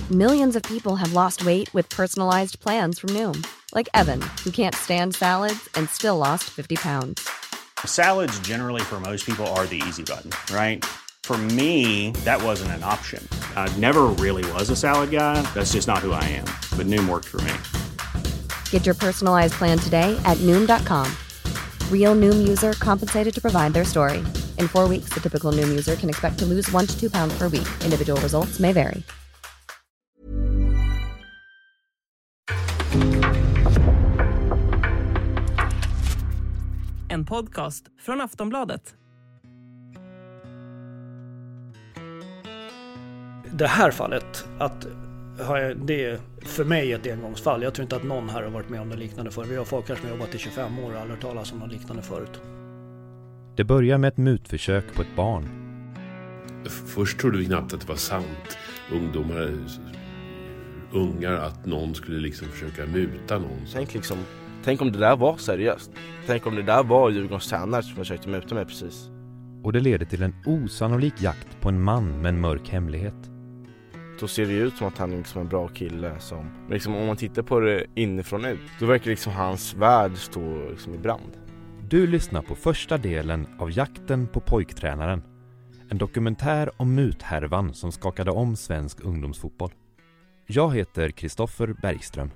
Millions of people have lost weight with personalized plans from Noom. Like Evan, who can't stand salads and still lost 50 pounds. Salads generally for most people are the easy button, right? For me, that wasn't an option. I never really was a salad guy. That's just not who I am. But Noom worked for me. Get your personalized plan today at Noom.com. Real Noom user compensated to provide their story. In 4 weeks, the typical Noom user can expect to lose 1 to 2 pounds per week. Individual results may vary. En podcast från Aftonbladet. Det här fallet, det är för mig ett engångsfall. Jag tror inte att någon här har varit med om något liknande förr. Vi har folk som har jobbat i 25 år och aldrig hört talas om något liknande förut. Det börjar med ett mutförsök på ett barn. Först trodde vi knappt att det var sant. Ungar, att någon skulle liksom försöka muta någon. Tänk om det där var seriöst. Tänk om det där var Djurgårdens tränare som försökte muta mig precis. Och det leder till en osannolik jakt på en man med en mörk hemlighet. Då ser det ut som att han är liksom en bra kille. Men om man tittar på det inifrån ut, då verkar liksom hans värld stå liksom i brand. Du lyssnar på första delen av Jakten på pojktränaren. En dokumentär om muthärvan som skakade om svensk ungdomsfotboll. Jag heter Kristoffer Bergström.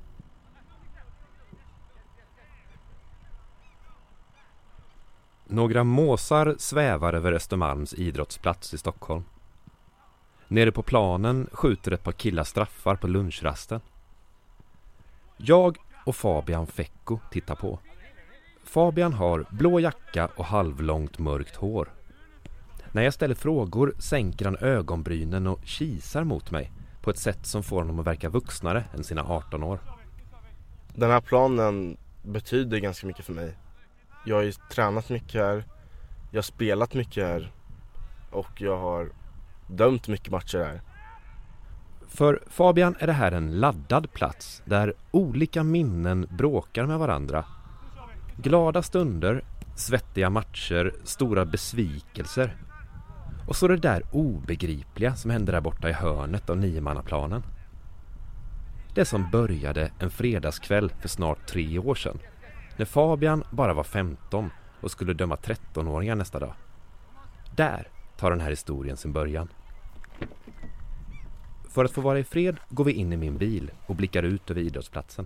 Några måsar svävar över Östermalms idrottsplats i Stockholm. Nere på planen skjuter ett par killar straffar på lunchrasten. Jag och Fabian Fecko tittar på. Fabian har blå jacka och halvlångt mörkt hår. När jag ställer frågor sänker han ögonbrynen och kisar mot mig på ett sätt som får honom att verka vuxnare än sina 18 år. Den här planen betyder ganska mycket för mig. Jag har ju tränat mycket här, jag har spelat mycket här och jag har dömt mycket matcher här. För Fabian är det här en laddad plats där olika minnen bråkar med varandra. Glada stunder, svettiga matcher, stora besvikelser. Och så det där obegripliga som hände där borta i hörnet av 9-mannaplanen. Det som började en fredagskväll för snart 3 år sedan. När Fabian bara var 15 och skulle döma 13-åringar nästa dag. Där tar den här historien sin början. För att få vara i fred går vi in i min bil och blickar ut över idrottsplatsen.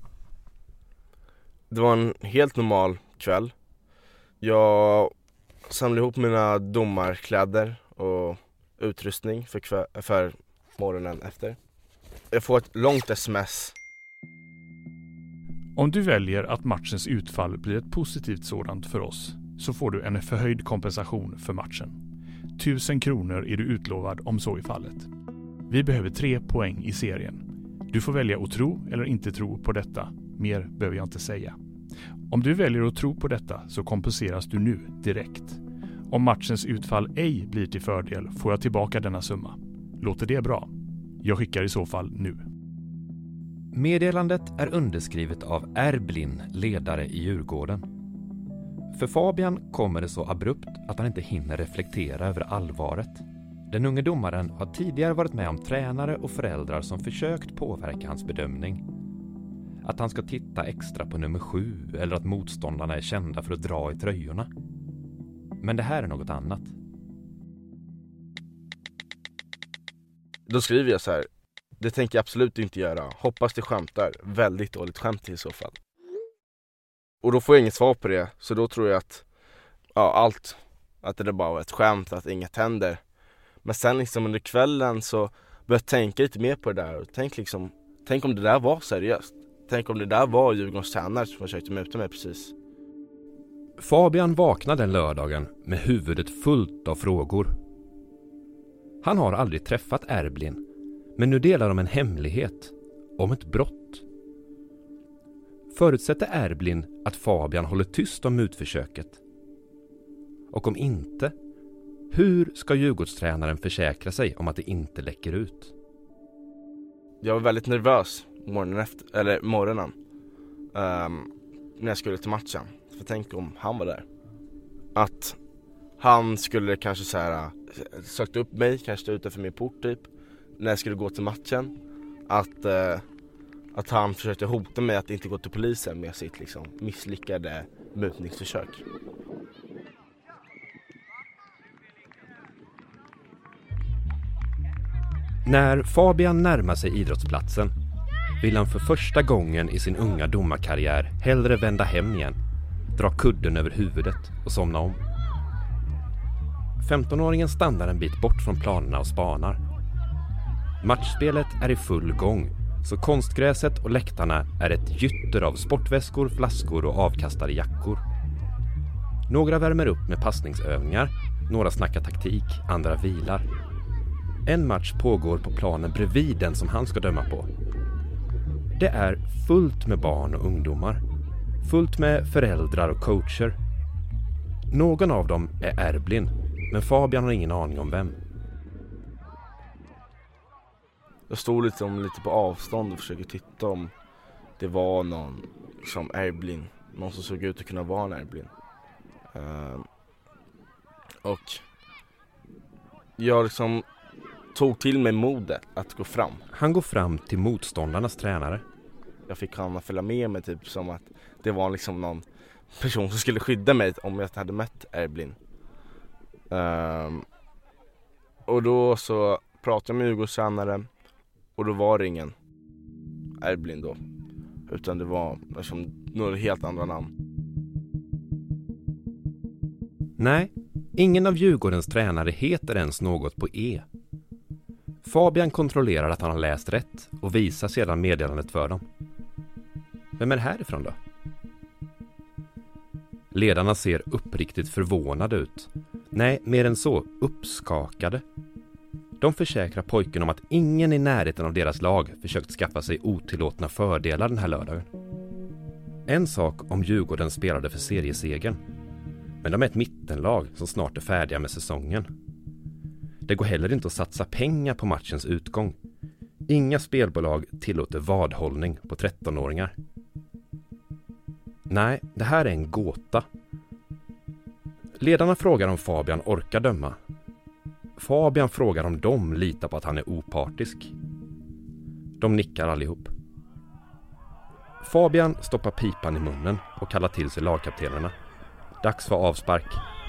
Det var en helt normal kväll. Jag samlade ihop mina domarkläder och utrustning för morgonen efter. Jag får ett långt sms. Om du väljer att matchens utfall blir ett positivt sådant för oss så får du en förhöjd kompensation för matchen. 1000 kronor är du utlovad om så är fallet. Vi behöver 3 poäng i serien. Du får välja att tro eller inte tro på detta. Mer behöver jag inte säga. Om du väljer att tro på detta så kompenseras du nu direkt. Om matchens utfall ej blir till fördel får jag tillbaka denna summa. Låter det bra? Jag skickar i så fall nu. Meddelandet är underskrivet av Erblin, ledare i Djurgården. För Fabian kommer det så abrupt att han inte hinner reflektera över allvaret. Den unge domaren har tidigare varit med om tränare och föräldrar som försökt påverka hans bedömning. Att han ska titta extra på nummer 7 eller att motståndarna är kända för att dra i tröjorna. Men det här är något annat. Då skriver jag så här: det tänker jag absolut inte göra. Hoppas det skämtar. Väldigt dåligt skämt i så fall. Och då får jag inget svar på det. Så då tror jag att att det bara var ett skämt, att inget händer. Men sen liksom under kvällen så började jag tänka lite mer på det där. Och tänk om det där var seriöst. Tänk om det där var Djurgårdens tränare som försökte muta mig precis. Fabian vaknade den lördagen med huvudet fullt av frågor. Han har aldrig träffat Erblin, men nu delar de en hemlighet om ett brott. Förutsätter Erblin att Fabian håller tyst om mutförsöket? Och om inte, hur ska Djurgårdstränaren försäkra sig om att det inte läcker ut? Jag var väldigt nervös morgonen när jag skulle till matchen. För tänk om han var där. Att han skulle kanske så här sökt upp mig, kanske utanför min port typ. när jag skulle gå till matchen att han försökte hota mig att inte gå till polisen med sitt liksom misslyckade mutningsförsök. När Fabian närmar sig idrottsplatsen vill han för första gången i sin unga domarkarriär hellre vända hem igen, dra kudden över huvudet och somna om. 15-åringen stannar en bit bort från planerna och spanar. Matchspelet är i full gång, så konstgräset och läktarna är ett gytter av sportväskor, flaskor och avkastade jackor. Några värmer upp med passningsövningar, några snackar taktik, andra vilar. En match pågår på planen bredvid den som han ska döma på. Det är fullt med barn och ungdomar. Fullt med föräldrar och coacher. Någon av dem är Erblin, men Fabian har ingen aning om vem. Jag stod lite på avstånd och försökte titta om det var någon som Erblin. Någon som såg ut att kunna vara en Erblin. Och jag liksom tog till mig modet att gå fram. Han går fram till motståndarnas tränare. Jag fick han följa med mig typ som att det var liksom någon person som skulle skydda mig om jag hade mött Erblin. Och då så pratade jag med Djurgårdstränaren och då var det ingen Erblin då. Utan det var liksom några helt andra namn. Nej, ingen av Djurgårdens tränare heter ens något på E. Fabian kontrollerar att han har läst rätt och visar sedan meddelandet för dem. Vem är det härifrån då? Ledarna ser uppriktigt förvånade ut. Nej, mer än så, uppskakade. De försäkrar pojken om att ingen i närheten av deras lag försökt skaffa sig otillåtna fördelar den här lördagen. En sak om Djurgården spelade för seriesegern. Men de är ett mittenlag som snart är färdiga med säsongen. Det går heller inte att satsa pengar på matchens utgång. Inga spelbolag tillåter vadhållning på 13-åringar. Nej, det här är en gåta. Ledarna frågar om Fabian orkar döma. Fabian frågar om de litar på att han är opartisk. De nickar allihop. Fabian stoppar pipan i munnen och kallar till sig lagkaptenerna. Dags för avspark.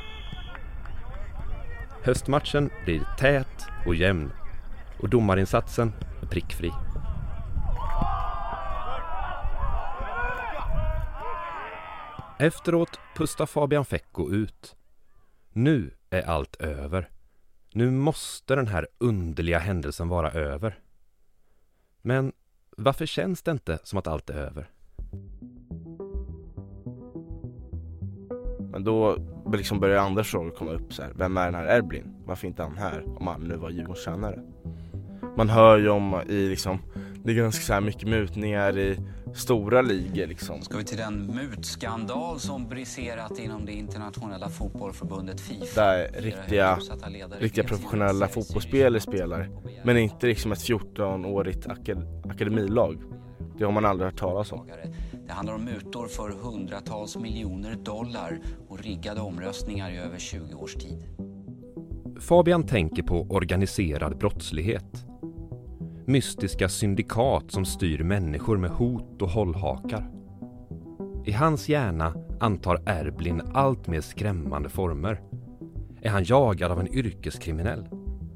Höstmatchen blir tät och jämn och domarinsatsen är prickfri. Efteråt pustar Fabian Fecko ut. Nu är allt över. Nu måste den här underliga händelsen vara över. Men varför känns det inte som att allt är över? Men då liksom börjar andra frågor komma upp så här. Vem är den här Erblin? Varför inte han här om han nu var Djurgårdstränare? Man hör ju om i liksom, det är ganska så här mycket mutningar i stora ligor liksom. Ska vi till den mutskandal som briserat inom det internationella fotbollförbundet FIFA? Där riktiga professionella fotbollsspelare spelar. Men inte liksom ett 14-årigt akademilag. Det har man aldrig hört talas om. Det handlar om mutor för hundratals miljoner dollar och riggade omröstningar i över 20 års tid. Fabian tänker på organiserad brottslighet. Mystiska syndikat som styr människor med hot och hållhakar. I hans hjärna antar Erblin allt mer skrämmande former. Är han jagad av en yrkeskriminell?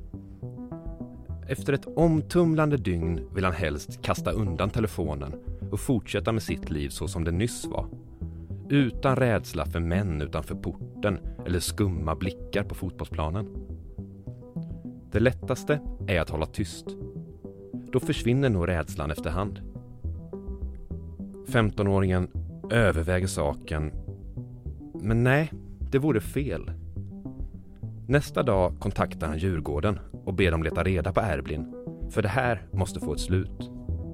Efter ett omtumlande dygn vill han helst kasta undan telefonen och fortsätta med sitt liv så som det nyss var. Utan rädsla för män utanför porten eller skumma blickar på fotbollsplanen. Det lättaste är att hålla tyst. Då försvinner nog rädslan efterhand. 15-åringen överväger saken. Men nej, det vore fel. Nästa dag kontaktar han Djurgården och ber dem leta reda på Erblin. För det här måste få ett slut.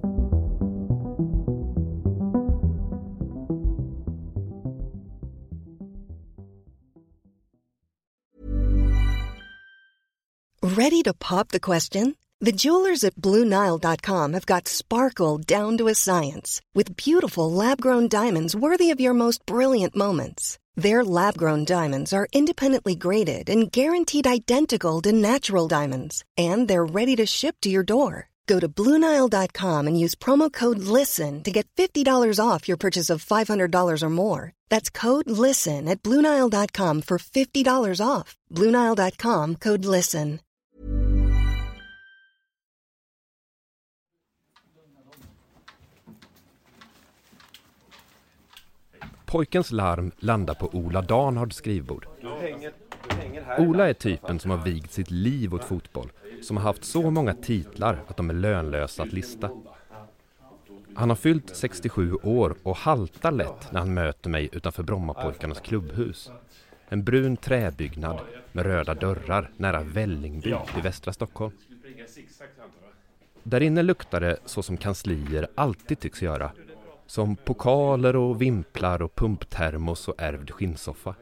Ready to pop the question? The jewelers at BlueNile.com have got sparkle down to a science with beautiful lab-grown diamonds worthy of your most brilliant moments. Their lab-grown diamonds are independently graded and guaranteed identical to natural diamonds. And they're ready to ship to your door. Go to BlueNile.com and use promo code LISTEN to get $50 off your purchase of $500 or more. That's code LISTEN at BlueNile.com for $50 off. BlueNile.com, code LISTEN. Pojkens larm landar på Ola Danhards skrivbord. Ola är typen som har vigt sitt liv åt fotboll, som har haft så många titlar att de är lönlösa att lista. Han har fyllt 67 år och haltar lätt när han möter mig utanför Brommapojkarnas klubbhus. En brun träbyggnad med röda dörrar nära Vällingby i västra Stockholm. Där inne luktar det så som kanslier alltid tycks göra. Som pokaler och vimplar och pumptermos och ärvd skinnsoffa.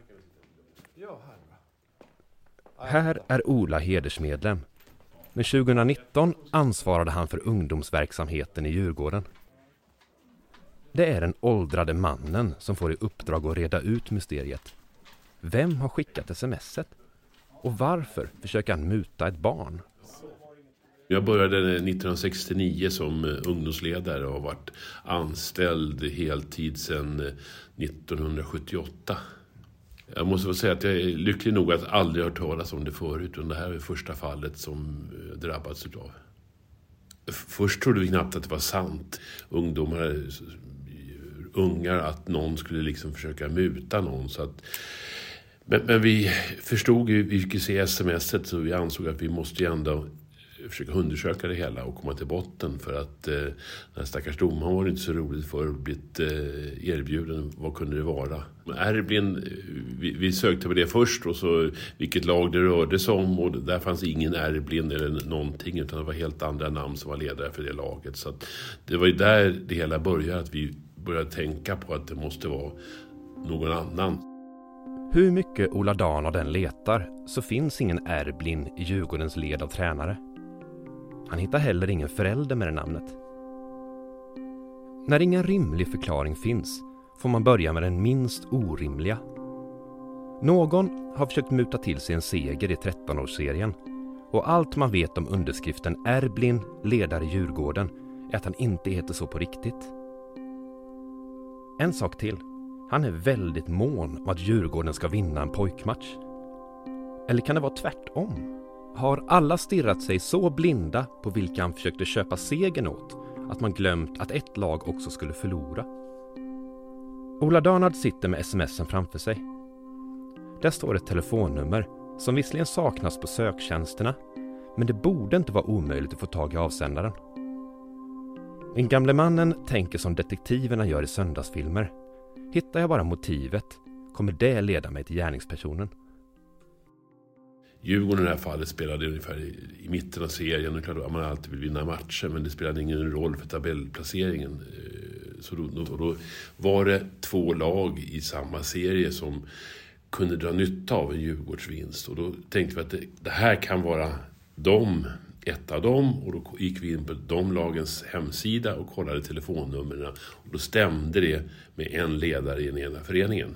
Här är Ola hedersmedlem. Men 2019 ansvarade han för ungdomsverksamheten i Djurgården. Det är den åldrade mannen som får i uppdrag att reda ut mysteriet. Vem har skickat sms:et? Och varför försöker han muta ett barn? Jag började 1969 som ungdomsledare och har varit anställd heltid sedan 1978. Jag måste väl säga att jag är lycklig nog att aldrig hört talas om det förut. Och det här är första fallet som drabbats utav. Först trodde vi knappt att det var sant. Ungar att någon skulle liksom försöka muta någon. Så att, men vi förstod ju, vi fick se sms:et, så vi ansåg att vi måste ju ändå försöka undersöka det hela och komma till botten, för att den här stackars domaren var inte så roligt för att blivit erbjuden. Vad kunde det vara? Erblin, vi sökte på det först, och så vilket lag det rörde sig om, och där fanns ingen Erblin eller någonting, utan det var helt andra namn som var ledare för det laget. Så att det var ju där det hela började, att vi började tänka på att det måste vara någon annan. Hur mycket Ola Danhard den letar så finns ingen Erblin i Djurgårdens led av tränare. Han hittar heller ingen förälder med det namnet. När ingen rimlig förklaring finns får man börja med den minst orimliga. Någon har försökt muta till sig en seger i 13-årsserien, och allt man vet om underskriften Erblin, ledare i Djurgården, är att han inte heter så på riktigt. En sak till. Han är väldigt mån om att Djurgården ska vinna en pojkmatch. Eller kan det vara tvärtom? Har alla stirrat sig så blinda på vilka han försökte köpa segern åt att man glömt att ett lag också skulle förlora? Ola Danhard sitter med sms:en framför sig. Där står ett telefonnummer som visserligen saknas på söktjänsterna, men det borde inte vara omöjligt att få tag i avsändaren. Den gamle mannen tänker som detektiverna gör i söndagsfilmer. Hittar jag bara motivet kommer det leda mig till gärningspersonen. Djurgården i det här fallet spelade ungefär i mitten av serien. Det är klart att man alltid vill vinna matcher, men det spelade ingen roll för tabellplaceringen. Så då var det 2 lag i samma serie som kunde dra nytta av en Djurgårdsvinst. Och då tänkte vi att det här kan vara ett av dem, och då gick vi in på de lagens hemsida och kollade telefonnumren, och då stämde det med en ledare i den ena föreningen.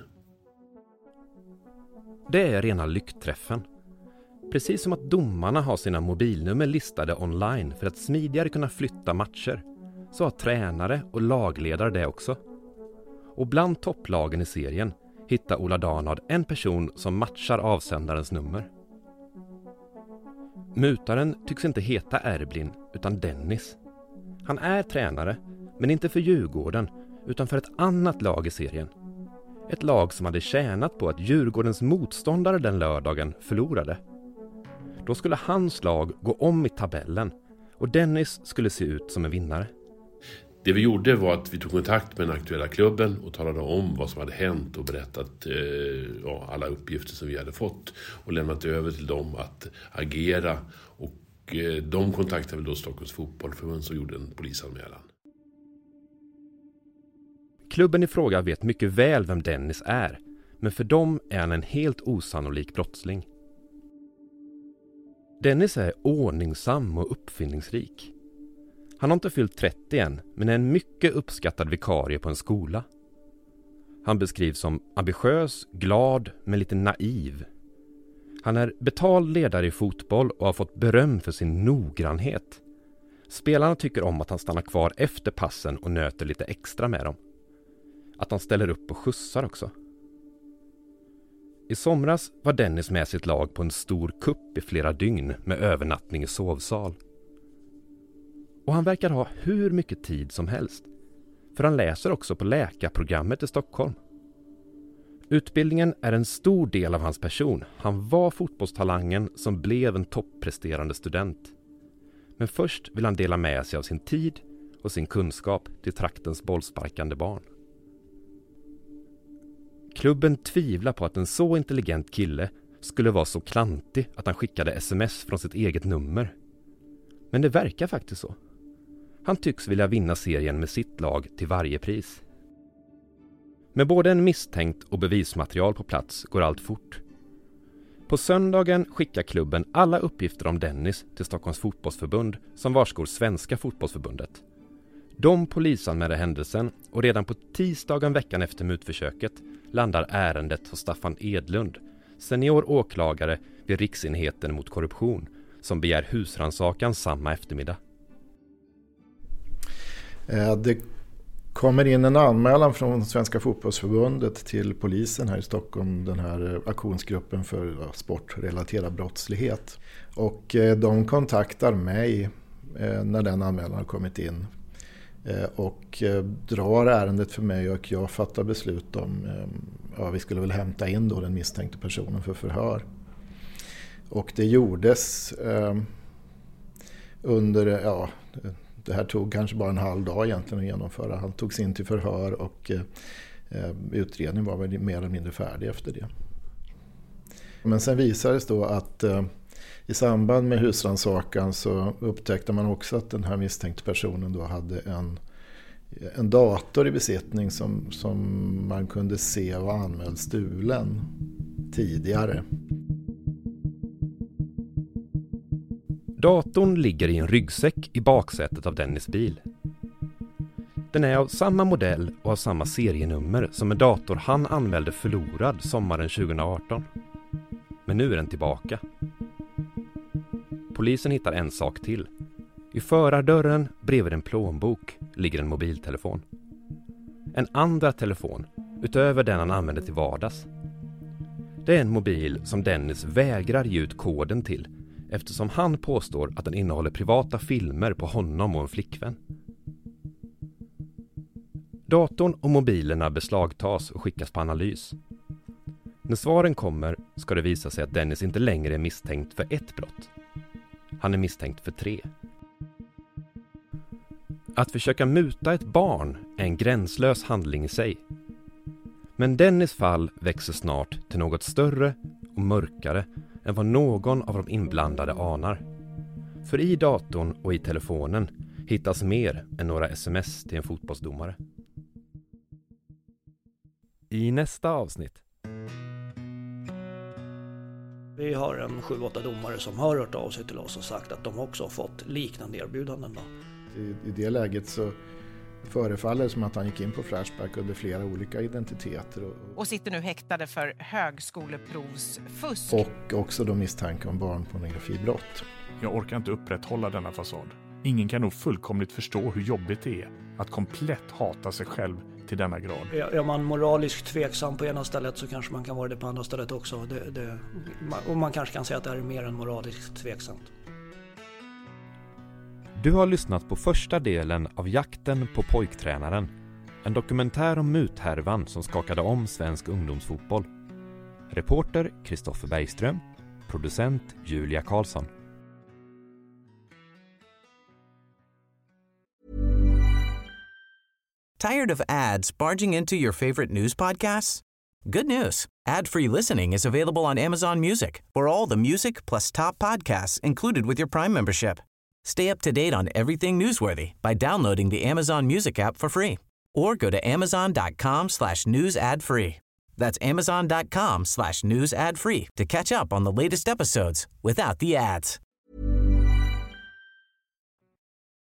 Det är rena lyckträffen. Precis som att domarna har sina mobilnummer listade online för att smidigare kunna flytta matcher, så har tränare och lagledare det också. Och bland topplagen i serien hittar Ola Danhard en person som matchar avsändarens nummer. Mutaren tycks inte heta Erblin utan Dennis. Han är tränare, men inte för Djurgården utan för ett annat lag i serien. Ett lag som hade tjänat på att Djurgårdens motståndare den lördagen förlorade. Då skulle hans lag gå om i tabellen och Dennis skulle se ut som en vinnare. Det vi gjorde var att vi tog kontakt med den aktuella klubben och talade om vad som hade hänt och berättat alla uppgifter som vi hade fått och lämnat över till dem att agera, och de kontaktade då Stockholms fotbollförbund som gjorde en polisanmälan. Klubben i fråga vet mycket väl vem Dennis är, men för dem är han en helt osannolik brottsling. Dennis är ordningsam och uppfinningsrik. Han har inte fyllt 30 än, men är en mycket uppskattad vikarie på en skola. Han beskrivs som ambitiös, glad men lite naiv. Han är betald ledare i fotboll och har fått beröm för sin noggrannhet. Spelarna tycker om att han stannar kvar efter passen och nöter lite extra med dem. Att han ställer upp och skjutsar också. I somras var Dennis med sitt lag på en stor kupp i flera dygn med övernattning i sovsal. Och han verkar ha hur mycket tid som helst. För han läser också på läkarprogrammet i Stockholm. Utbildningen är en stor del av hans person. Han var fotbollstalangen som blev en toppresterande student. Men först vill han dela med sig av sin tid och sin kunskap till traktens bollsparkande barn. Klubben tvivlar på att en så intelligent kille skulle vara så klantig att han skickade sms från sitt eget nummer. Men det verkar faktiskt så. Han tycks vilja vinna serien med sitt lag till varje pris. Med både en misstänkt och bevismaterial på plats går allt fort. På söndagen skickar klubben alla uppgifter om Dennis till Stockholms fotbollsförbund som varskor Svenska fotbollsförbundet. De polisanmälde händelsen och redan på tisdagen veckan efter mutförsöket landar ärendet hos Staffan Edlund, senior åklagare vid Riksenheten mot korruption, som begär husrannsakan samma eftermiddag. Det kommer in en anmälan från Svenska fotbollsförbundet till polisen här i Stockholm, den här aktionsgruppen för sportrelaterad brottslighet. Och de kontaktar mig när den anmälan har kommit in och drar ärendet för mig, och jag fattar beslut om vi skulle väl hämta in då den misstänkte personen för förhör. Och det gjordes under, det här tog kanske bara en halv dag egentligen att genomföra. Han togs in till förhör och utredningen var väl mer eller mindre färdig efter det. Men sen visades då att i samband med husrannsakan så upptäckte man också att den här misstänkte personen då hade en dator i besittning som man kunde se var anmäld stulen tidigare. Datorn ligger i en ryggsäck i baksätet av Dennis bil. Den är av samma modell och av samma serienummer som en dator han anmälde förlorad sommaren 2018. Men nu är den tillbaka. Polisen hittar en sak till. I förardörren bredvid en plånbok ligger en mobiltelefon. En andra telefon utöver den han använder till vardags. Det är en mobil som Dennis vägrar ge ut koden till, eftersom han påstår att den innehåller privata filmer på honom och en flickvän. Datorn och mobilerna beslagtas och skickas på analys. När svaren kommer ska det visa sig att Dennis inte längre är misstänkt för ett brott. Han är misstänkt för 3. Att försöka muta ett barn är en gränslös handling i sig. Men Dennis fall växer snart till något större och mörkare än vad någon av de inblandade anar. För i datorn och i telefonen hittas mer än några sms till en fotbollsdomare. I nästa avsnitt. Vi har en 7-8 domare som har hört av sig till oss och sagt att de också har fått liknande erbjudanden. Då. I det läget så förefaller det som att han gick in på Flashback under flera olika identiteter. Och sitter nu häktade för högskoleprovsfusk. Och också då misstanke om barnpornografibrott. Jag orkar inte upprätthålla denna fasad. Ingen kan nog fullkomligt förstå hur jobbigt det är att komplett hata sig själv till denna grad. Är man moraliskt tveksam på ena stället så kanske man kan vara det på andra stället också. Och man kanske kan säga att det är mer än moraliskt tveksamt. Du har lyssnat på första delen av Jakten på pojktränaren. En dokumentär om muthärvan som skakade om svensk ungdomsfotboll. Reporter Kristoffer Bergström. Producent Julia Karlsson. Tired of ads barging into your favorite news podcasts? Good news. Ad-free listening is available on Amazon Music for all the music plus top podcasts included with your Prime membership. Stay up to date on everything newsworthy by downloading the Amazon Music app for free or go to amazon.com/news ad free. That's amazon.com/news ad free to catch up on the latest episodes without the ads.